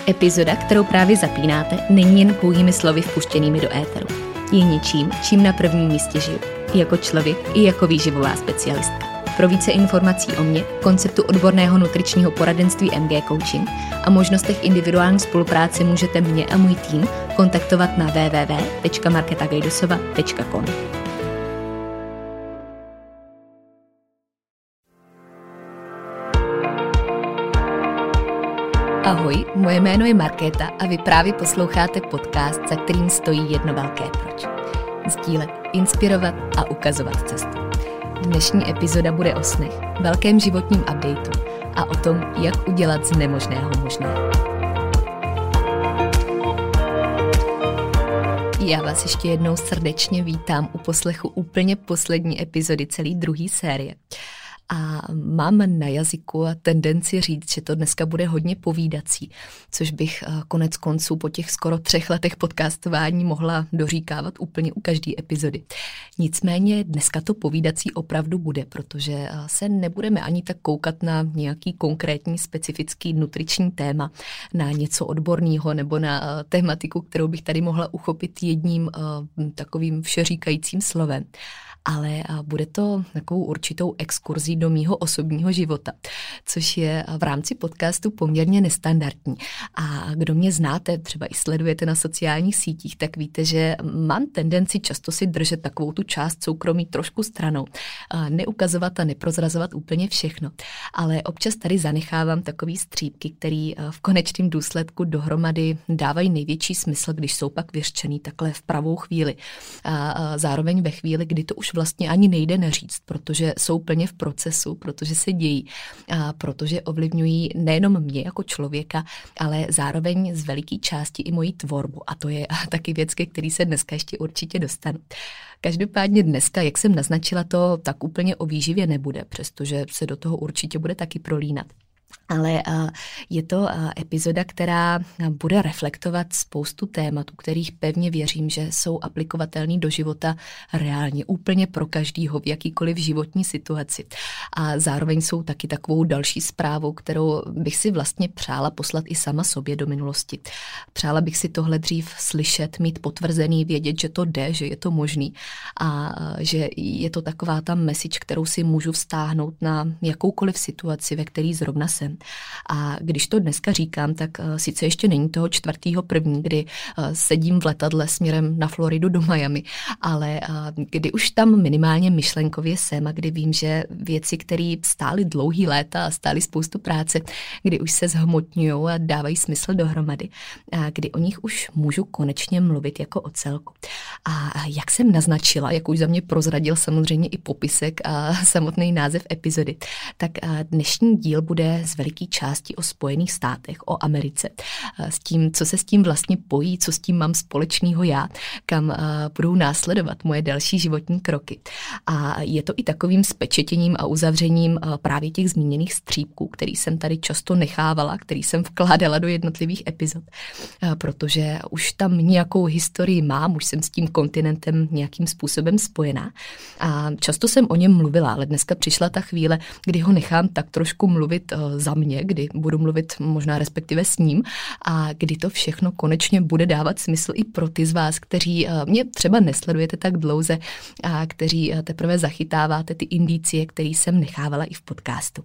Epizoda, kterou právě zapínáte, není jen pouhými slovy vpuštěnými do éteru. Je něčím, čím na prvním místě žiju. I jako člověk, i jako výživová specialistka. Pro více informací o mně, konceptu odborného nutričního poradenství MG Coaching a možnostech individuální spolupráce můžete mě a můj tým kontaktovat na www.marketagajdosova.com. Ahoj, moje jméno je Markéta a vy právě posloucháte podcast, za kterým stojí jedno velké proč. Sdílet, inspirovat a ukazovat cestu. Dnešní epizoda bude o snech, velkém životním updateu a o tom, jak udělat z nemožného možné. Já vás ještě jednou srdečně vítám u poslechu úplně poslední epizody celé druhé série. A mám na jazyku a tendenci říct, že to dneska bude hodně povídací, což bych konec konců po těch skoro 3 letech podcastování mohla doříkávat úplně u každé epizody. Nicméně dneska to povídací opravdu bude, protože se nebudeme ani tak koukat na nějaký konkrétní specifický nutriční téma, na něco odborného nebo na tematiku, kterou bych tady mohla uchopit jedním takovým všeříkajícím slovem. Ale bude to takovou určitou exkurzí do mýho osobního života, což je v rámci podcastu poměrně nestandardní. A kdo mě znáte, třeba i sledujete na sociálních sítích, tak víte, že mám tendenci často si držet takovou tu část soukromí trošku stranou. Neukazovat a neprozrazovat úplně všechno. Ale občas tady zanechávám takový střípky, který v konečném důsledku dohromady dávají největší smysl, když jsou pak vyřčený takhle v pravou chvíli. A zároveň ve chvíli, kdy to už vlastně ani nejde neříct, protože jsou plně v procesu, protože se dějí, a protože ovlivňují nejenom mě jako člověka, ale zároveň z veliké části i moji tvorbu. A to je taky věc, ke který se dneska ještě určitě dostanu. Každopádně dneska, jak jsem naznačila, to tak úplně o výživě nebude, přestože se do toho určitě bude taky prolínat. Ale je to epizoda, která bude reflektovat spoustu témat, u kterých pevně věřím, že jsou aplikovatelný do života reálně, úplně pro každýho v jakýkoliv životní situaci. A zároveň jsou taky takovou další zprávou, kterou bych si vlastně přála poslat i sama sobě do minulosti. Přála bych si tohle dřív slyšet, mít potvrzený, vědět, že to jde, že je to možný a že je to taková ta message, kterou si můžu vztáhnout na jakoukoliv situaci, ve který zrovna jsem. A když to dneska říkám, tak sice ještě není toho 4.1., kdy sedím v letadle směrem na Floridu do Miami, ale kdy už tam minimálně myšlenkově jsem a kdy vím, že věci, které stály dlouhý léta a stály spoustu práce, kdy už se zhmotňují a dávají smysl dohromady, a kdy o nich už můžu konečně mluvit jako o celku. A jak jsem naznačila, jak už za mě prozradil samozřejmě i popisek a samotný název epizody, tak dnešní díl bude z veliké části o Spojených státech, o Americe, s tím, co se s tím vlastně pojí, co s tím mám společného já, kam budou následovat moje další životní kroky. A je to i takovým spečetěním a uzavřením právě těch zmíněných střípků, který jsem tady často nechávala, který jsem vkládala do jednotlivých epizod, protože už tam nějakou historii mám, už jsem s tím kontinentem nějakým způsobem spojená. A často jsem o něm mluvila, ale dneska přišla ta chvíle, kdy ho nechám tak trošku mluvit za mě, kdy budu mluvit možná respektive s ním a kdy to všechno konečně bude dávat smysl i pro ty z vás, kteří mě třeba nesledujete tak dlouze a kteří teprve zachytáváte ty indicie, které jsem nechávala i v podcastu.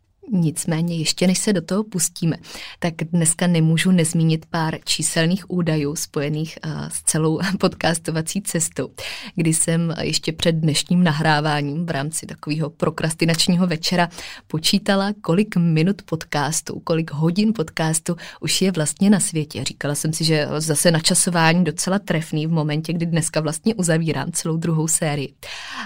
Nicméně ještě než se do toho pustíme, tak dneska nemůžu nezmínit pár číselných údajů spojených s celou podcastovací cestou, kdy jsem ještě před dnešním nahráváním v rámci takového prokrastinačního večera počítala, kolik minut podcastu, kolik hodin podcastu už je vlastně na světě. Říkala jsem si, že zase načasování docela trefný v momentě, kdy dneska vlastně uzavírám celou druhou sérii.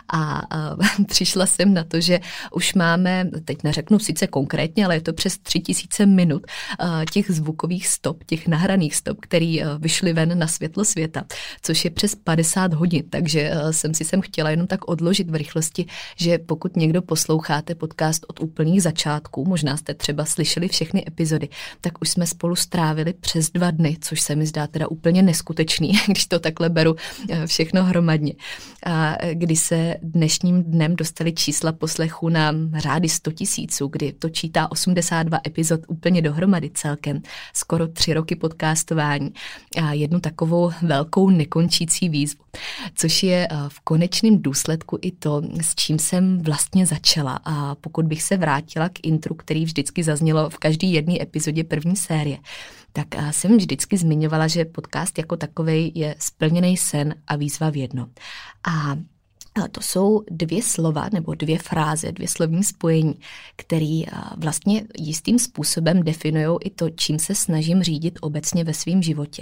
A přišla jsem na to, že už máme, teď neřeknu sice konkrétně, ale je to přes 3000 minut těch zvukových stop, těch nahraných stop, který vyšly ven na světlo světa, což je přes 50 hodin, takže jsem si chtěla jenom tak odložit v rychlosti, že pokud někdo posloucháte podcast od úplných začátků, možná jste třeba slyšeli všechny epizody, tak už jsme spolu strávili přes 2 dny, což se mi zdá teda úplně neskutečný, když to takhle beru všechno hromadně. A kdy se dnešním dnem dostali čísla poslechu na řády 100 000, kdy točítá 82 epizod úplně dohromady celkem, skoro 3 roky podcastování a jednu takovou velkou nekončící výzvu, což je v konečném důsledku i to, s čím jsem vlastně začala. A pokud bych se vrátila k intru, který vždycky zaznělo v každé jedné epizodě první série, tak jsem vždycky zmiňovala, že podcast jako takovej je splněný sen a výzva v jednom. A to jsou 2 slova nebo 2 fráze, 2 slovní spojení, které vlastně jistým způsobem definují i to, čím se snažím řídit obecně ve svém životě.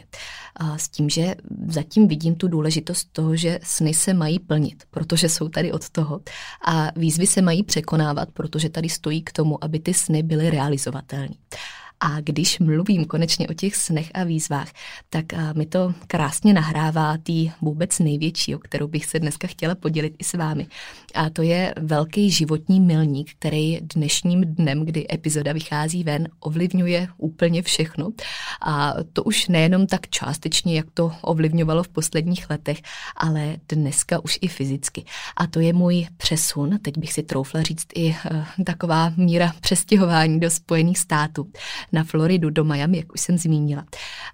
S tím, že zatím vidím tu důležitost toho, že sny se mají plnit, protože jsou tady od toho a výzvy se mají překonávat, protože tady stojí k tomu, aby ty sny byly realizovatelné. A když mluvím konečně o těch snech a výzvách, tak mi to krásně nahrává tý vůbec největší, o kterou bych se dneska chtěla podělit i s vámi. A to je velký životní milník, který dnešním dnem, kdy epizoda vychází ven, ovlivňuje úplně všechno. A to už nejenom tak částečně, jak to ovlivňovalo v posledních letech, ale dneska už i fyzicky. A to je můj přesun, teď bych si troufla říct i taková míra přestěhování do Spojených států, na Floridu, do Miami, jak už jsem zmínila.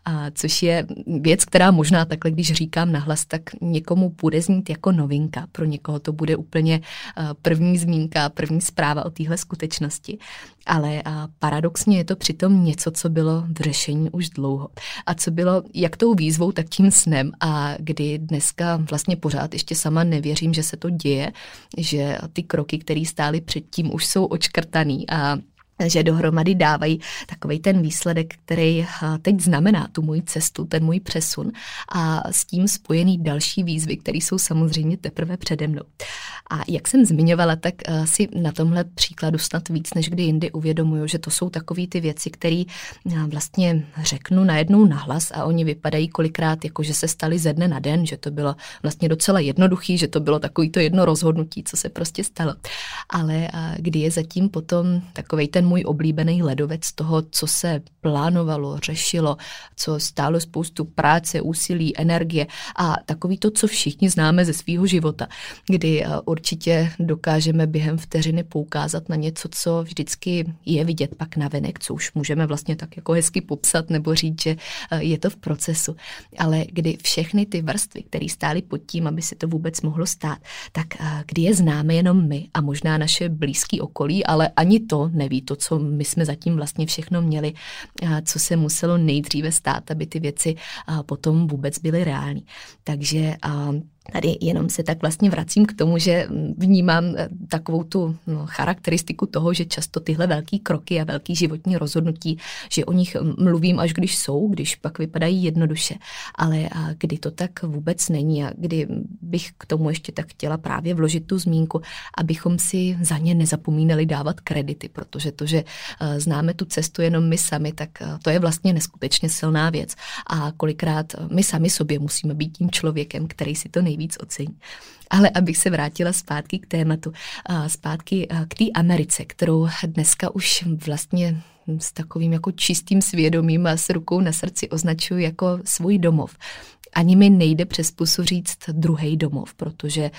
Což je věc, která možná takhle, když říkám nahlas, tak někomu bude znít jako novinka. Pro někoho to bude úplně první zmínka, první zpráva o téhle skutečnosti. Ale paradoxně je to přitom něco, co bylo v řešení už dlouho. A co bylo jak tou výzvou, tak tím snem. A kdy dneska vlastně pořád ještě sama nevěřím, že se to děje, že ty kroky, které stály předtím, už jsou odškrtaný a že dohromady dávají takovej ten výsledek, který teď znamená tu moji cestu, ten můj přesun a s tím spojený další výzvy, které jsou samozřejmě teprve přede mnou. A jak jsem zmiňovala, tak si na tomhle příkladu snad víc než kdy jindy uvědomuju, že to jsou takový ty věci, které vlastně řeknu najednou nahlas a oni vypadají kolikrát jako, že se staly ze dne na den, že to bylo vlastně docela jednoduchý, že to bylo takový to jedno rozhodnutí, co se prostě stalo. Ale kdy je zatím potom takovej ten můj oblíbený ledovec toho, co se plánovalo, řešilo, co stálo spoustu práce, úsilí, energie a takový to, co všichni známe ze svého života, kdy určitě dokážeme během vteřiny poukázat na něco, co vždycky je vidět pak navenek, co už můžeme vlastně tak jako hezky popsat nebo říct, že je to v procesu. Ale kdy všechny ty vrstvy, které stály pod tím, aby se to vůbec mohlo stát, tak kdy je známe jenom my a možná naše blízké okolí, ale ani to neví to, co my jsme zatím vlastně všechno měli, co se muselo nejdříve stát, aby ty věci potom vůbec byly reální. Takže tady jenom se tak vlastně vracím k tomu, že vnímám takovou tu charakteristiku toho, že často tyhle velký kroky a velký životní rozhodnutí, že o nich mluvím až když jsou, když pak vypadají jednoduše, ale kdy to tak vůbec není a kdy bych k tomu ještě tak chtěla právě vložit tu zmínku, abychom si za ně nezapomínali dávat kredity, protože to, že známe tu cestu jenom my sami, tak to je vlastně neskutečně silná věc a kolikrát my sami sobě musíme být tím člověkem, který si to nejvíc ocení. Ale abych se vrátila zpátky k tématu, zpátky k té Americe, kterou dneska už vlastně s takovým jako čistým svědomím a s rukou na srdci označuji jako svůj domov. Ani mi nejde přes pusu říct druhý domov, protože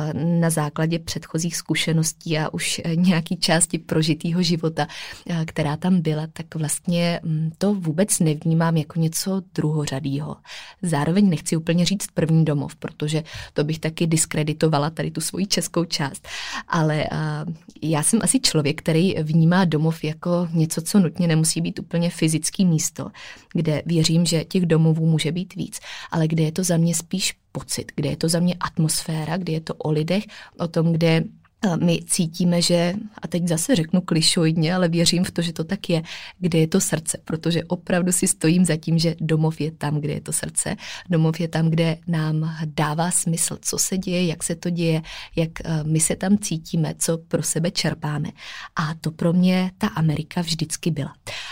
na základě předchozích zkušeností a už nějaký části prožitýho života, která tam byla, tak vlastně to vůbec nevnímám jako něco druhořadýho. Zároveň nechci úplně říct první domov, protože to bych taky diskreditovala tady tu svoji českou část. Ale já jsem asi člověk, který vnímá domov jako něco, co nutně nemusí být úplně fyzický místo, kde věřím, že těch domovů může být víc, ale kde je to za mě spíš pocit, kde je to za mě atmosféra, kde je to o lidech, o tom, kde my cítíme, že, a teď zase řeknu klišoidně, ale věřím v to, že to tak je, kde je to srdce, protože opravdu si stojím za tím, že domov je tam, kde je to srdce, domov je tam, kde nám dává smysl, co se děje, jak se to děje, jak my se tam cítíme, co pro sebe čerpáme. A to pro mě ta Amerika vždycky byla.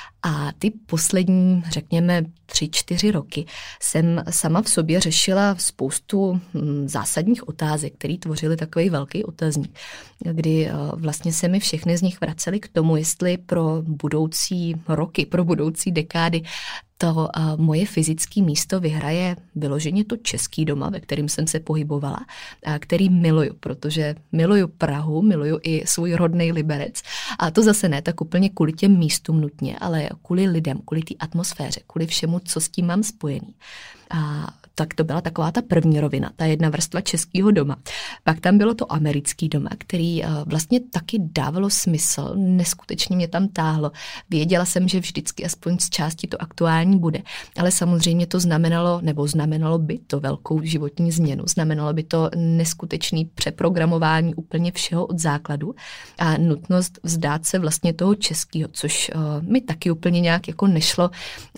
A ty poslední, řekněme, 3-4 roky jsem sama v sobě řešila spoustu zásadních otázek, které tvořily takový velký otazník, kdy vlastně se mi všechny z nich vracely k tomu, jestli pro budoucí roky, pro budoucí dekády to moje fyzické místo vyhraje vyloženě to český doma, ve kterým jsem se pohybovala, a který miluju, protože miluju Prahu, miluju i svůj rodný Liberec. A to zase ne tak úplně kvůli těm místům nutně, ale kvůli lidem, kvůli té atmosféře, kvůli všemu, co s tím mám spojený. A tak to byla taková ta první rovina, ta jedna vrstva českého doma. Pak tam bylo to americký doma, který vlastně taky dávalo smysl, neskutečně mě tam táhlo. Věděla jsem, že vždycky aspoň z části to aktuální bude, ale samozřejmě to znamenalo by to velkou životní změnu, znamenalo by to neskutečný přeprogramování úplně všeho od základu a nutnost vzdát se vlastně toho českého, což mi taky úplně nějak jako nešlo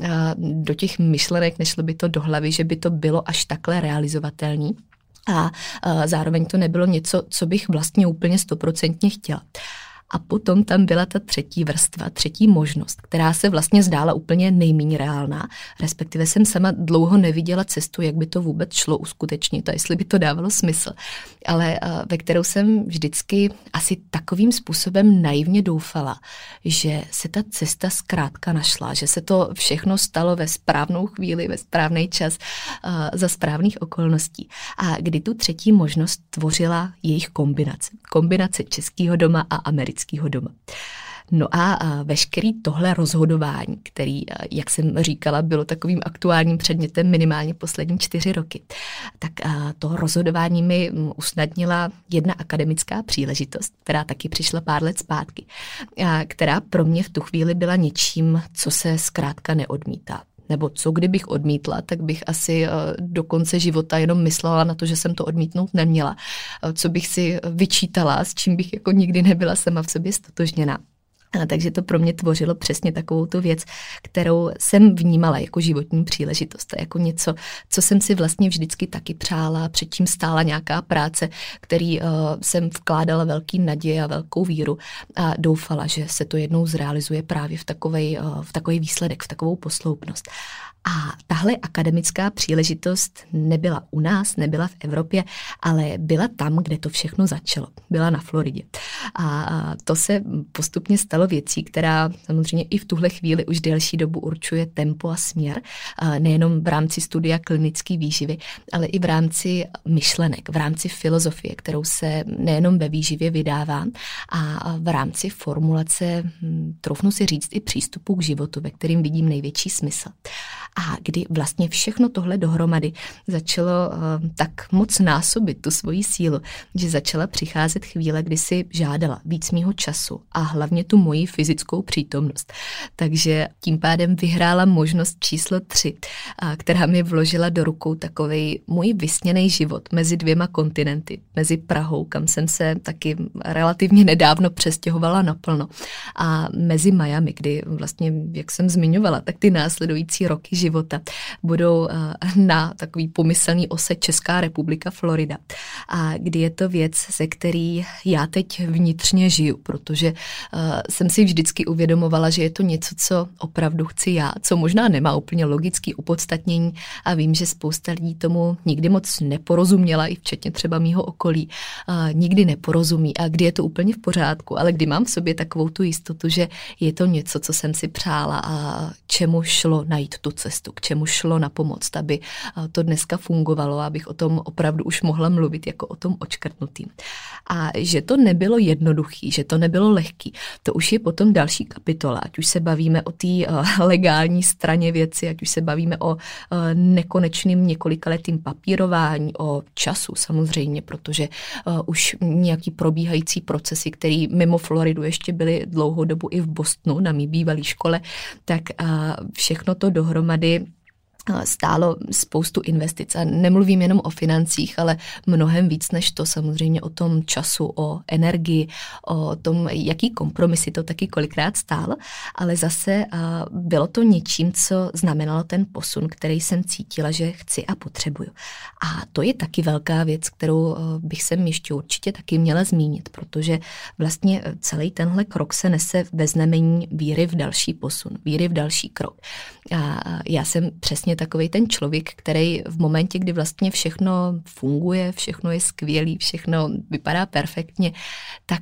do těch myšlenek, nešlo by to do hlavy, že by to bylo až takhle realizovatelný. A zároveň to nebylo něco, co bych vlastně úplně 100% chtěla. A potom tam byla ta třetí vrstva, třetí možnost, která se vlastně zdála úplně nejméně reálná, respektive jsem sama dlouho neviděla cestu, jak by to vůbec šlo uskutečnit a jestli by to dávalo smysl, ale ve kterou jsem vždycky asi takovým způsobem naivně doufala, že se ta cesta zkrátka našla, že se to všechno stalo ve správnou chvíli, ve správný čas, za správných okolností. A kdy tu třetí možnost tvořila jejich kombinace českého doma a amerického doma. No a veškerý tohle rozhodování, který, jak jsem říkala, bylo takovým aktuálním předmětem minimálně poslední 4 roky, tak to rozhodování mi usnadnila jedna akademická příležitost, která taky přišla pár let zpátky, která pro mě v tu chvíli byla něčím, co se zkrátka neodmítá. Nebo co kdybych odmítla, tak bych asi do konce života jenom myslela na to, že jsem to odmítnout neměla. Co bych si vyčítala, s čím bych jako nikdy nebyla sama v sobě stotožněná. Takže to pro mě tvořilo přesně takovou tu věc, kterou jsem vnímala jako životní příležitost, jako něco, co jsem si vlastně vždycky taky přála, předtím stála nějaká práce, který jsem vkládala velký naděje a velkou víru a doufala, že se to jednou zrealizuje právě v takový výsledek, v takovou posloupnost. A tahle akademická příležitost nebyla u nás, nebyla v Evropě, ale byla tam, kde to všechno začalo. Byla na Floridě. A to se postupně stalo věcí, která samozřejmě i v tuhle chvíli už delší dobu určuje tempo a směr, nejenom v rámci studia klinické výživy, ale i v rámci myšlenek, v rámci filozofie, kterou se nejenom ve výživě vydávám, a v rámci formulace, troufnu si říct, i přístupu k životu, ve kterým vidím největší smysl. A kdy vlastně všechno tohle dohromady začalo tak moc násobit tu svoji sílu, že začala přicházet chvíle, kdy si žádala víc mýho času a hlavně tu moji fyzickou přítomnost. Takže tím pádem vyhrála možnost číslo 3, která mi vložila do rukou takovej můj vysněný život mezi 2 kontinenty, mezi Prahou, kam jsem se taky relativně nedávno přestěhovala naplno, a mezi Miami, kdy vlastně, jak jsem zmiňovala, tak ty následující roky života budou na takový pomyslný ose Česká republika, Florida. A kdy je to věc, se který já teď vnitřně žiju, protože jsem si vždycky uvědomovala, že je to něco, co opravdu chci já, co možná nemá úplně logický opodstatnění a vím, že spousta lidí tomu nikdy moc neporozuměla, i včetně třeba mýho okolí, nikdy neporozumí a kdy je to úplně v pořádku, ale kdy mám v sobě takovou tu jistotu, že je to něco, co jsem si přála a čemu šlo najít tu cestu, k čemu šlo na pomoc, aby to dneska fungovalo, abych o tom opravdu už mohla mluvit jako o tom odškrtnutým. A že to nebylo jednoduchý, že to nebylo lehký, to už je potom další kapitola, ať už se bavíme o té legální straně věci, ať už se bavíme o nekonečným několikaletým papírování, o času samozřejmě, protože už nějaký probíhající procesy, které mimo Floridu ještě byly dlouhou dobu i v Bostonu, na mý bývalý škole, tak všechno to dohromady stálo spoustu investic. A nemluvím jenom o financích, ale mnohem víc než to, samozřejmě o tom času, o energii, o tom, jaký kompromisy to taky kolikrát stálo, ale zase bylo to něčím, co znamenalo ten posun, který jsem cítila, že chci a potřebuju. A to je taky velká věc, kterou bych sem ještě určitě taky měla zmínit, protože vlastně celý tenhle krok se nese ve znamení víry v další posun, víry v další krok. A já jsem přesně takovej ten člověk, který v momentě, kdy vlastně všechno funguje, všechno je skvělý, všechno vypadá perfektně, tak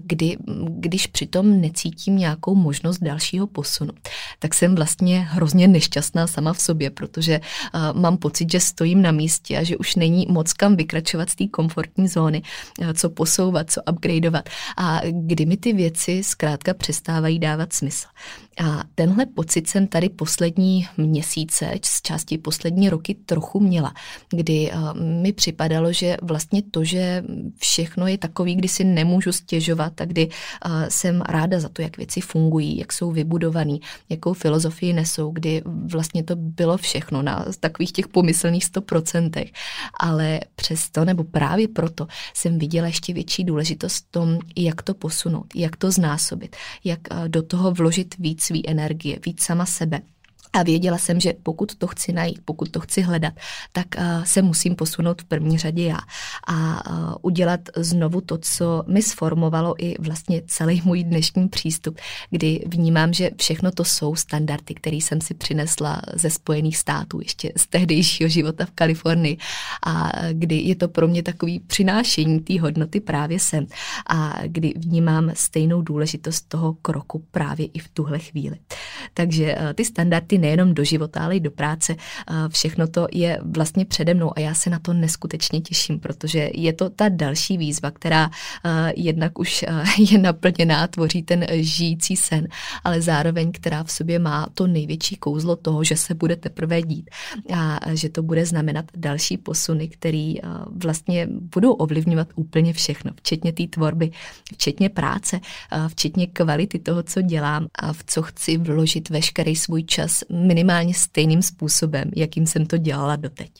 když přitom necítím nějakou možnost dalšího posunu, tak jsem vlastně hrozně nešťastná sama v sobě, protože mám pocit, že stojím na místě a že už není moc kam vykračovat z té komfortní zóny, co posouvat, co upgradeovat a kdy mi ty věci zkrátka přestávají dávat smysl. A tenhle pocit jsem tady poslední měsíce, z části poslední roky trochu měla, kdy mi připadalo, že vlastně to, že všechno je takový, kdy si nemůžu stěžovat a kdy jsem ráda za to, jak věci fungují, jak jsou vybudovaný, jakou filozofii nesou, kdy vlastně to bylo všechno na takových těch pomyslných 100%, ale přesto nebo právě proto jsem viděla ještě větší důležitost v tom, jak to posunout, jak to znásobit, jak do toho vložit víc svý energie, víc sama sebe. A věděla jsem, že pokud to chci najít, pokud to chci hledat, tak se musím posunout v první řadě já a udělat znovu to, co mi sformovalo i vlastně celý můj dnešní přístup, kdy vnímám, že všechno to jsou standardy, které jsem si přinesla ze Spojených států, ještě z tehdejšího života v Kalifornii a kdy je to pro mě takový přinášení té hodnoty právě sem a kdy vnímám stejnou důležitost toho kroku právě i v tuhle chvíli. Takže ty standardy nejenom do života, ale i do práce. Všechno to je vlastně přede mnou a já se na to neskutečně těším, protože je to ta další výzva, která jednak už je naplněná, tvoří ten žijící sen, ale zároveň, která v sobě má to největší kouzlo toho, že se bude teprve dít a že to bude znamenat další posuny, které vlastně budou ovlivňovat úplně všechno, včetně té tvorby, včetně práce, včetně kvality toho, co dělám a v co chci vložit veškerý svůj čas minimálně stejným způsobem, jakým jsem to dělala doteď.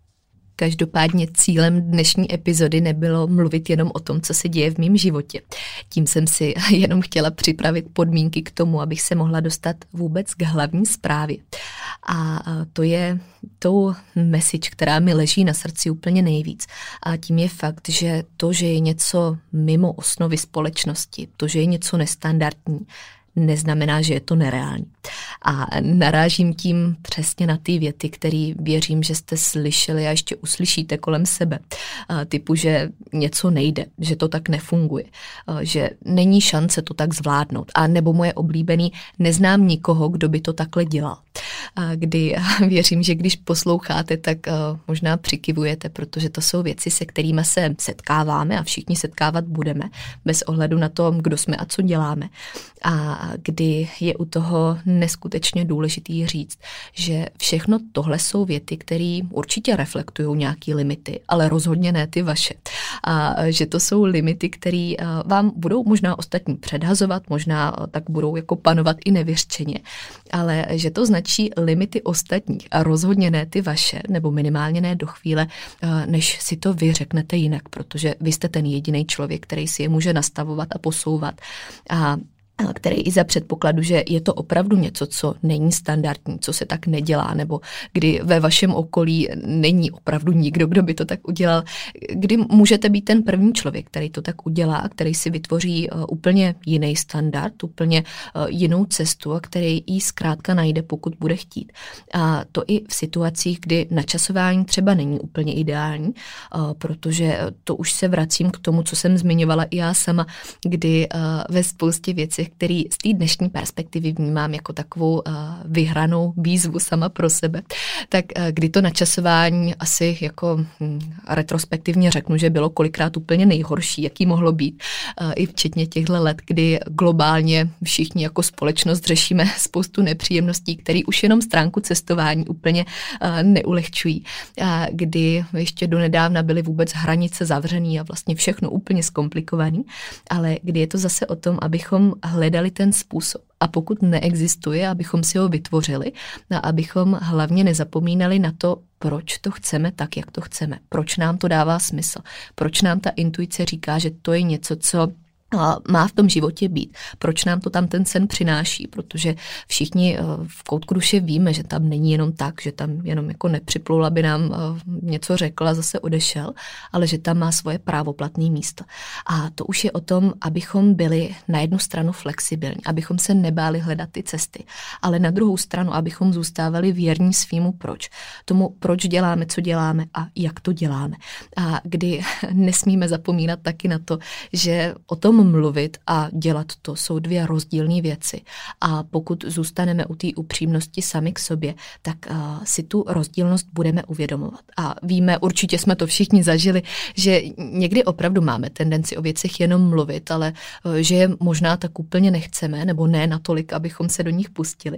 Každopádně cílem dnešní epizody nebylo mluvit jenom o tom, co se děje v mém životě. Tím jsem si jenom chtěla připravit podmínky k tomu, abych se mohla dostat vůbec k hlavní zprávě. A to je tou message, která mi leží na srdci úplně nejvíc. A tím je fakt, že to, že je něco mimo osnovy společnosti, to, že je něco nestandardní, neznamená, že je to nereální. A narážím tím přesně na ty věty, které věřím, že jste slyšeli a ještě uslyšíte kolem sebe. Typu, že něco nejde, že to tak nefunguje, že není šance to tak zvládnout. A nebo moje oblíbený, neznám nikoho, kdo by to takhle dělal. Kdy věřím, že když posloucháte, tak možná přikivujete, protože to jsou věci, se kterými se setkáváme a všichni setkávat budeme, bez ohledu na to, kdo jsme a co děláme. A kdy je u toho neskutečně důležitý říct, že všechno tohle jsou věty, které určitě reflektují nějaké limity, ale rozhodně ne ty vaše. A že to jsou limity, které vám budou možná ostatní předhazovat, možná tak budou jako panovat i nevyřčeně, ale že to značí limity ostatních a rozhodně ne ty vaše, nebo minimálně ne do chvíle, než si to vy řeknete jinak, protože vy jste ten jediný člověk, který si je může nastavovat a posouvat a který i za předpokladu, že je to opravdu něco, co není standardní, co se tak nedělá, nebo kdy ve vašem okolí není opravdu nikdo, kdo by to tak udělal, kdy můžete být ten první člověk, který to tak udělá, který si vytvoří úplně jiný standard, úplně jinou cestu a který ji zkrátka najde, pokud bude chtít. A to i v situacích, kdy načasování třeba není úplně ideální, protože to už se vracím k tomu, co jsem zmiňovala i já sama, kdy ve spoustě věcí, který z té dnešní perspektivy vnímám jako takovou vyhranou výzvu sama pro sebe, tak kdy to načasování asi jako retrospektivně řeknu, že bylo kolikrát úplně nejhorší, jaký mohlo být, i včetně těchto let, kdy globálně všichni jako společnost řešíme spoustu nepříjemností, které už jenom stránku cestování úplně neulehčují. A kdy ještě donedávna byly vůbec hranice zavřený a vlastně všechno úplně zkomplikovaný, ale kdy je to zase o tom, abychom hledali ten způsob. A pokud neexistuje, abychom si ho vytvořili a abychom hlavně nezapomínali na to, proč to chceme tak, jak to chceme. Proč nám to dává smysl. Proč nám ta intuice říká, že to je něco, co má v tom životě být. Proč nám to tam ten sen přináší? Protože všichni v koutku duše víme, že tam není jenom tak, že tam jenom jako nepřiplul, aby nám něco řekl a zase odešel, ale že tam má svoje právoplatné místo. A to už je o tom, abychom byli na jednu stranu flexibilní, abychom se nebáli hledat ty cesty, ale na druhou stranu, abychom zůstávali věrní svýmu proč. Tomu, proč děláme, co děláme a jak to děláme. A kdy nesmíme zapomínat taky na to, že o tom mluvit a dělat to jsou dvě rozdílné věci. A pokud zůstaneme u té upřímnosti sami k sobě, tak si tu rozdílnost budeme uvědomovat. A víme, určitě jsme to všichni zažili, že někdy opravdu máme tendenci o věcech jenom mluvit, ale že je možná tak úplně nechceme, nebo ne natolik, abychom se do nich pustili.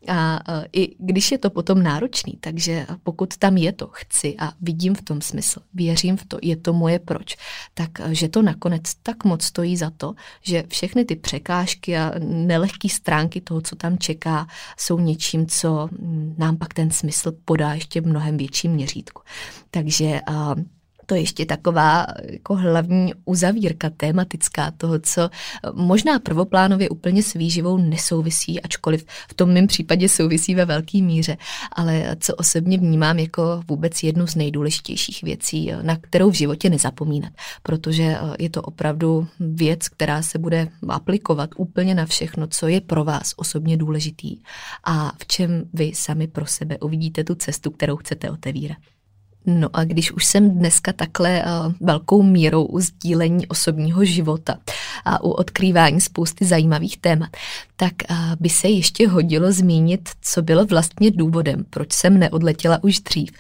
A i když je to potom náročný, takže pokud tam je to chci a vidím v tom smysl, věřím v to, je to moje proč, tak že to nakonec tak moc stojí za to, že všechny ty překážky a nelehké stránky toho, co tam čeká, jsou něčím, co nám pak ten smysl podá ještě v mnohem větším měřítku. Takže to je ještě taková jako hlavní uzavírka tematická toho, co možná prvoplánově úplně s výživou nesouvisí, ačkoliv v tom mém případě souvisí ve velké míře, ale co osobně vnímám jako vůbec jednu z nejdůležitějších věcí, na kterou v životě nezapomínat, protože je to opravdu věc, která se bude aplikovat úplně na všechno, co je pro vás osobně důležitý a v čem vy sami pro sebe uvidíte tu cestu, kterou chcete otevírat. No a když už jsem dneska takhle velkou mírou u sdílení osobního života a u odkrývání spousty zajímavých témat, tak by se ještě hodilo zmínit, co bylo vlastně důvodem, proč jsem neodletěla už dřív.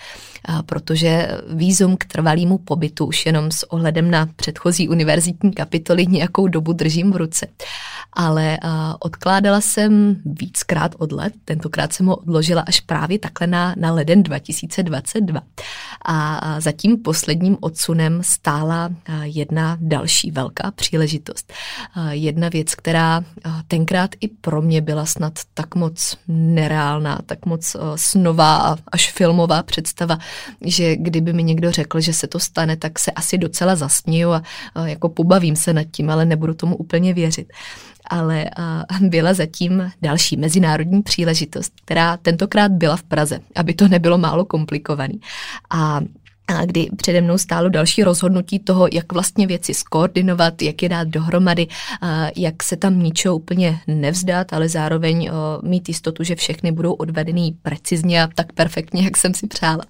Protože vízum k trvalému pobytu už jenom s ohledem na předchozí univerzitní kapitoly nějakou dobu držím v ruce. Ale odkládala jsem víckrát odlet, tentokrát jsem ho odložila až právě takhle na leden 2022. A za tím posledním odsunem stála jedna další velká příležitost. Jedna věc, která tenkrát i pro mě byla snad tak moc nereálná, tak moc snová a až filmová představa, že kdyby mi někdo řekl, že se to stane, tak se asi docela zasměju a jako pobavím se nad tím, ale nebudu tomu úplně věřit. Ale byla zatím další mezinárodní příležitost, která tentokrát byla v Praze, aby to nebylo málo komplikovaný. A kdy přede mnou stálo další rozhodnutí toho, jak vlastně věci skoordinovat, jak je dát dohromady, jak se tam ničeho úplně nevzdát, ale zároveň mít jistotu, že všechny budou odvedený precizně a tak perfektně, jak jsem si přála.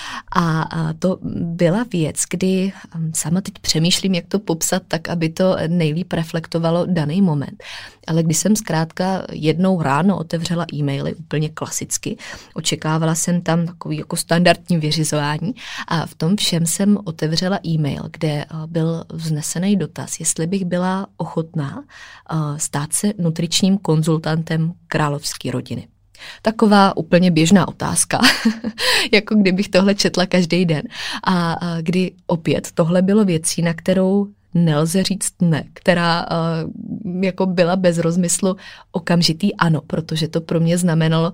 A to byla věc, kdy sama teď přemýšlím, jak to popsat tak, aby to nejlíp reflektovalo daný moment. Ale když jsem zkrátka jednou ráno otevřela e-maily, úplně klasicky, očekávala jsem tam takový jako standardní vyřizování a v tom všem jsem otevřela e-mail, kde byl vznesený dotaz, jestli bych byla ochotná stát se nutričním konzultantem královské rodiny. Taková úplně běžná otázka, jako kdybych tohle četla každý den. A kdy opět tohle bylo věcí, na kterou nelze říct ne, která jako byla bez rozmyslu okamžitý ano, protože to pro mě znamenalo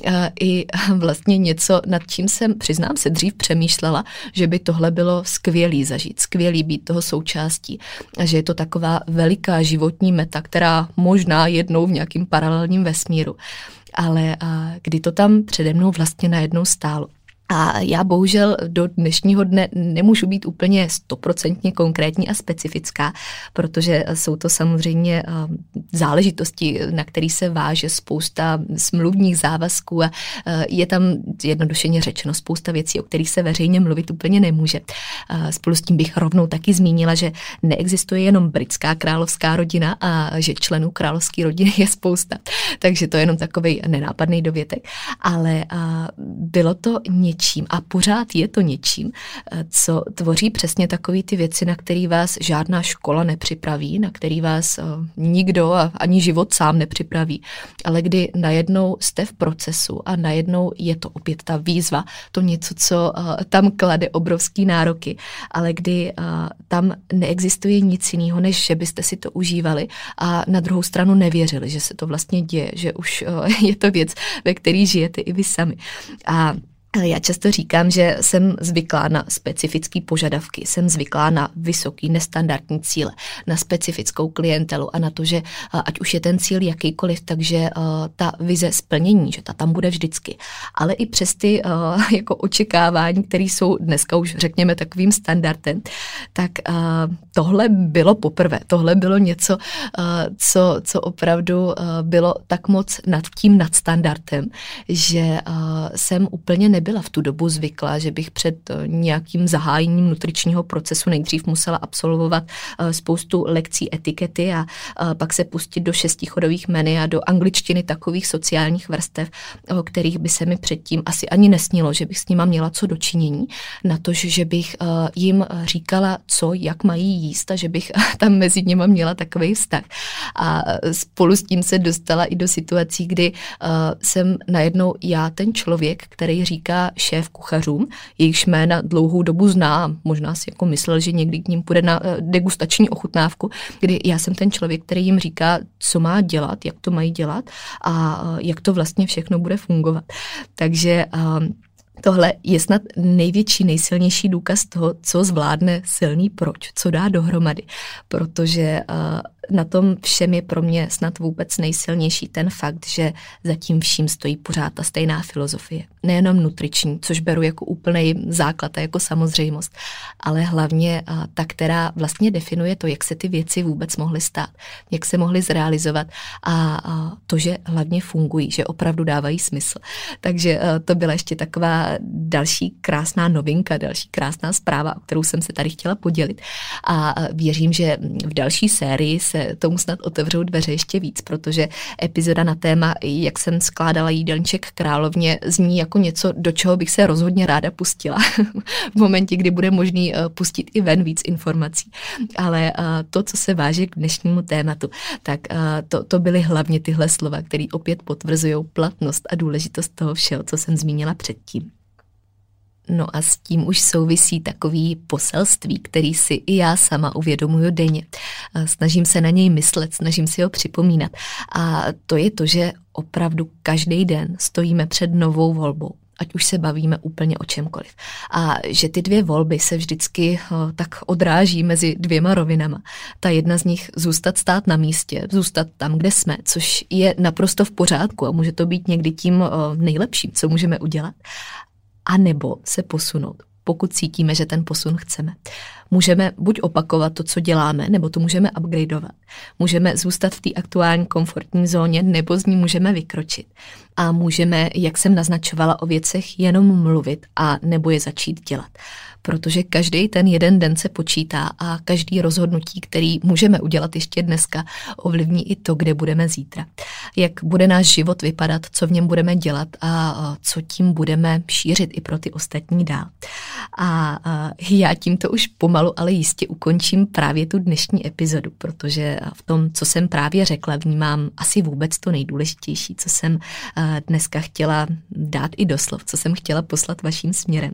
i vlastně něco, nad čím jsem, přiznám se, dřív přemýšlela, že by tohle bylo skvělý zažít, skvělý být toho součástí a že je to taková veliká životní meta, která možná jednou v nějakým paralelním vesmíru. Ale kdy to tam přede mnou vlastně najednou stálo. A já bohužel do dnešního dne nemůžu být úplně 100% konkrétní a specifická, protože jsou to samozřejmě záležitosti, na který se váže spousta smluvních závazků a je tam jednodušeně řečeno spousta věcí, o kterých se veřejně mluvit úplně nemůže. Spolu s tím bych rovnou taky zmínila, že neexistuje jenom britská královská rodina a že členů královské rodiny je spousta. Takže to je jenom takovej nenápadný dovětek. Ale bylo to něčím a pořád je to něčím, co tvoří přesně takový ty věci, na který vás žádná škola nepřipraví, na který vás nikdo a ani život sám nepřipraví, ale kdy najednou jste v procesu a najednou je to opět ta výzva, to něco, co tam klade obrovský nároky, ale kdy tam neexistuje nic jiného, než že byste si to užívali a na druhou stranu nevěřili, že se to vlastně děje, že už je to věc, ve který žijete i vy sami. A Já často říkám, že jsem zvyklá na specifické požadavky, jsem zvyklá na vysoký, nestandardní cíle, na specifickou klientelu a na to, že ať už je ten cíl jakýkoliv, takže ta vize splnění, že ta tam bude vždycky. Ale i přes ty jako očekávání, které jsou dneska už řekněme takovým standardem, tak tohle bylo poprvé. Tohle bylo něco, co opravdu bylo tak moc nad tím nadstandardem, že jsem úplně nebyla v tu dobu zvyklá, že bych před nějakým zahájením nutričního procesu nejdřív musela absolvovat spoustu lekcí etikety a pak se pustit do 6chodových menu a do angličtiny takových sociálních vrstev, o kterých by se mi předtím asi ani nesnilo, že bych s nima měla co dočinění, na to, že bych jim říkala, co, jak mají jíst a že bych tam mezi nima měla takový vztah. A spolu s tím se dostala i do situací, kdy jsem najednou já ten člověk, který říká šéf kuchařům, jejichž jména dlouhou dobu zná, možná si jako myslel, že někdy k ním půjde na degustační ochutnávku, kdy já jsem ten člověk, který jim říká, co má dělat, jak to mají dělat a jak to vlastně všechno bude fungovat. Takže tohle je snad největší, nejsilnější důkaz toho, co zvládne silný proč, co dá dohromady, protože na tom všem je pro mě snad vůbec nejsilnější ten fakt, že za tím vším stojí pořád ta stejná filozofie. Nejenom nutriční, což beru jako úplný základ a jako samozřejmost, ale hlavně ta, která vlastně definuje to, jak se ty věci vůbec mohly stát, jak se mohly zrealizovat a to, že hlavně fungují, že opravdu dávají smysl. Takže to byla ještě taková další krásná novinka, další krásná zpráva, o kterou jsem se tady chtěla podělit. A věřím, že v další sérii se tomu snad otevřou dveře ještě víc, protože epizoda na téma, jak jsem skládala jídelníček královně, zní jako něco, do čeho bych se rozhodně ráda pustila. V momentě, kdy bude možný pustit i ven víc informací. Ale to, co se váže k dnešnímu tématu, tak to byly hlavně tyhle slova, které opět potvrzují platnost a důležitost toho všeho, co jsem zmínila předtím. No a s tím už souvisí takový poselství, který si i já sama uvědomuju denně. Snažím se na něj myslet, snažím si ho připomínat. A to je to, že opravdu každý den stojíme před novou volbou, ať už se bavíme úplně o čemkoliv. A že ty dvě volby se vždycky tak odráží mezi dvěma rovinama. Ta jedna z nich zůstat stát na místě, zůstat tam, kde jsme, což je naprosto v pořádku a může to být někdy tím nejlepším, co můžeme udělat. A nebo se posunout, pokud cítíme, že ten posun chceme. Můžeme buď opakovat to, co děláme, nebo to můžeme upgradeovat. Můžeme zůstat v té aktuální komfortní zóně, nebo z ní můžeme vykročit. A můžeme, jak jsem naznačovala, o věcech jenom mluvit a nebo je začít dělat. Protože každý ten jeden den se počítá a každý rozhodnutí, který můžeme udělat ještě dneska, ovlivní i to, kde budeme zítra. Jak bude náš život vypadat, co v něm budeme dělat a co tím budeme šířit i pro ty ostatní dál. A já tímto už pomalu, ale jistě ukončím právě tu dnešní epizodu, protože v tom, co jsem právě řekla, vnímám asi vůbec to nejdůležitější, co jsem dneska chtěla dát i doslov, co jsem chtěla poslat vaším směrem.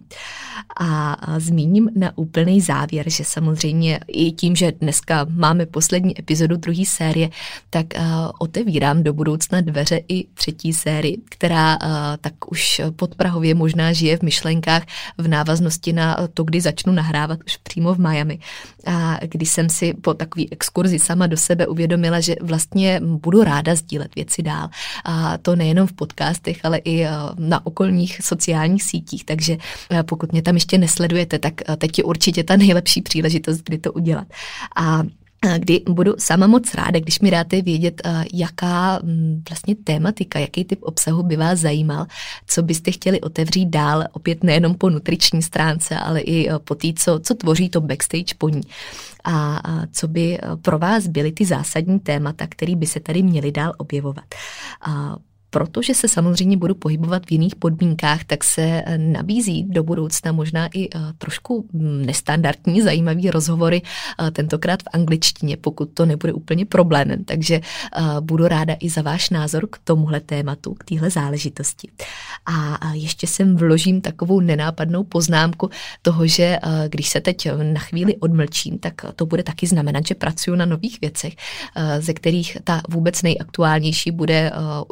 A zmíním na úplný závěr, že samozřejmě i tím, že dneska máme poslední epizodu druhé série, tak otevírám do budoucna dveře i třetí sérii, která tak už podprahově možná žije v myšlenkách v návaznosti na to, kdy začnu nahrávat už přímo v Miami. A když jsem si po takový exkurzi sama do sebe uvědomila, že vlastně budu ráda sdílet věci dál. A to nejenom v podcastech, ale i na okolních sociálních sítích, takže pokud mě tam ještě nesledujete, tak teď je určitě ta nejlepší příležitost, kdy to udělat. A kdy budu sama moc ráda, když mi dáte vědět, jaká vlastně tématika, jaký typ obsahu by vás zajímal, co byste chtěli otevřít dál, opět nejenom po nutriční stránce, ale i po té, co tvoří to backstage po ní. A co by pro vás byly ty zásadní témata, které by se tady měly dál objevovat. Protože se samozřejmě budu pohybovat v jiných podmínkách, tak se nabízí do budoucna možná i trošku nestandardní, zajímavý rozhovory, tentokrát v angličtině, pokud to nebude úplně problémem. Takže budu ráda i za váš názor k tomuhle tématu, k téhle záležitosti. A ještě sem vložím takovou nenápadnou poznámku toho, že když se teď na chvíli odmlčím, tak to bude taky znamenat, že pracuji na nových věcech, ze kterých ta vůbec nejaktuálnější bude na pořadu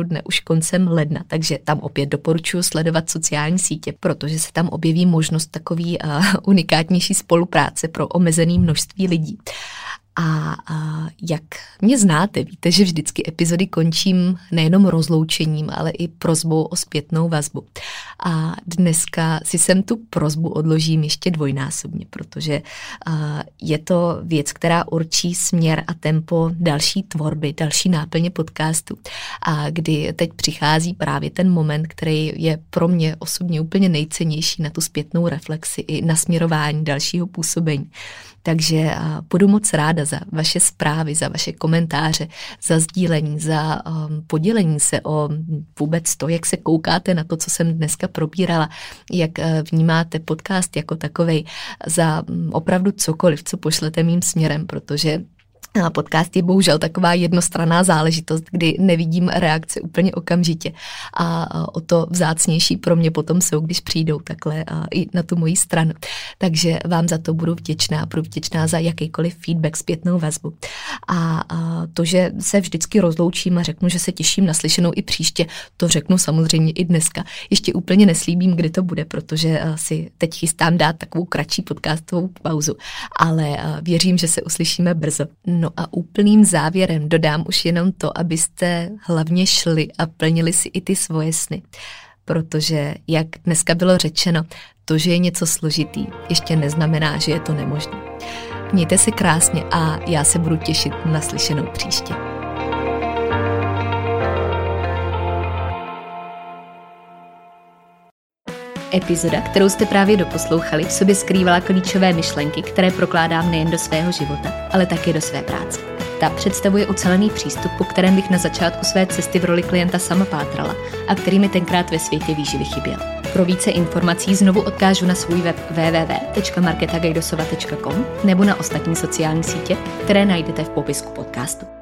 pořadu dne už koncem ledna, takže tam opět doporučuji sledovat sociální sítě, protože se tam objeví možnost takový unikátnější spolupráce pro omezené množství lidí. A jak mě znáte, víte, že vždycky epizody končím nejenom rozloučením, ale i prosbou o zpětnou vazbu. A dneska si sem tu prosbu odložím ještě dvojnásobně, protože je to věc, která určí směr a tempo další tvorby, další náplně podcastu. A kdy teď přichází právě ten moment, který je pro mě osobně úplně nejcennější na tu zpětnou reflexi i na směrování dalšího působení. Takže budu moc ráda za vaše zprávy, za vaše komentáře, za sdílení, za podělení se o vůbec to, jak se koukáte na to, co jsem dneska probírala, jak vnímáte podcast jako takovej, za opravdu cokoliv, co pošlete mým směrem, protože podcast je bohužel taková jednostranná záležitost, kdy nevidím reakce úplně okamžitě a o to vzácnější pro mě potom jsou, když přijdou takhle i na tu moji stranu. Takže vám za to budu vděčná za jakýkoliv feedback, zpětnou vazbu. A to, že se vždycky rozloučím a řeknu, že se těším na slyšenou i příště, to řeknu samozřejmě i dneska. Ještě úplně neslíbím, kdy to bude, protože si teď chystám dát takovou kratší podcastovou pauzu, ale věřím, že se uslyšíme brzo. No a úplným závěrem dodám už jenom to, abyste hlavně šli a plnili si i ty svoje sny. Protože, jak dneska bylo řečeno, to, že je něco složitý, ještě neznamená, že je to nemožné. Mějte se krásně a já se budu těšit na slyšenou příště. Epizoda, kterou jste právě doposlouchali, v sobě skrývala klíčové myšlenky, které prokládám nejen do svého života, ale také do své práce. Ta představuje ucelený přístup, po kterém bych na začátku své cesty v roli klienta sama pátrala a který mi tenkrát ve světě výživy chyběl. Pro více informací znovu odkážu na svůj web www.marketagajdosova.com nebo na ostatní sociální sítě, které najdete v popisku podcastu.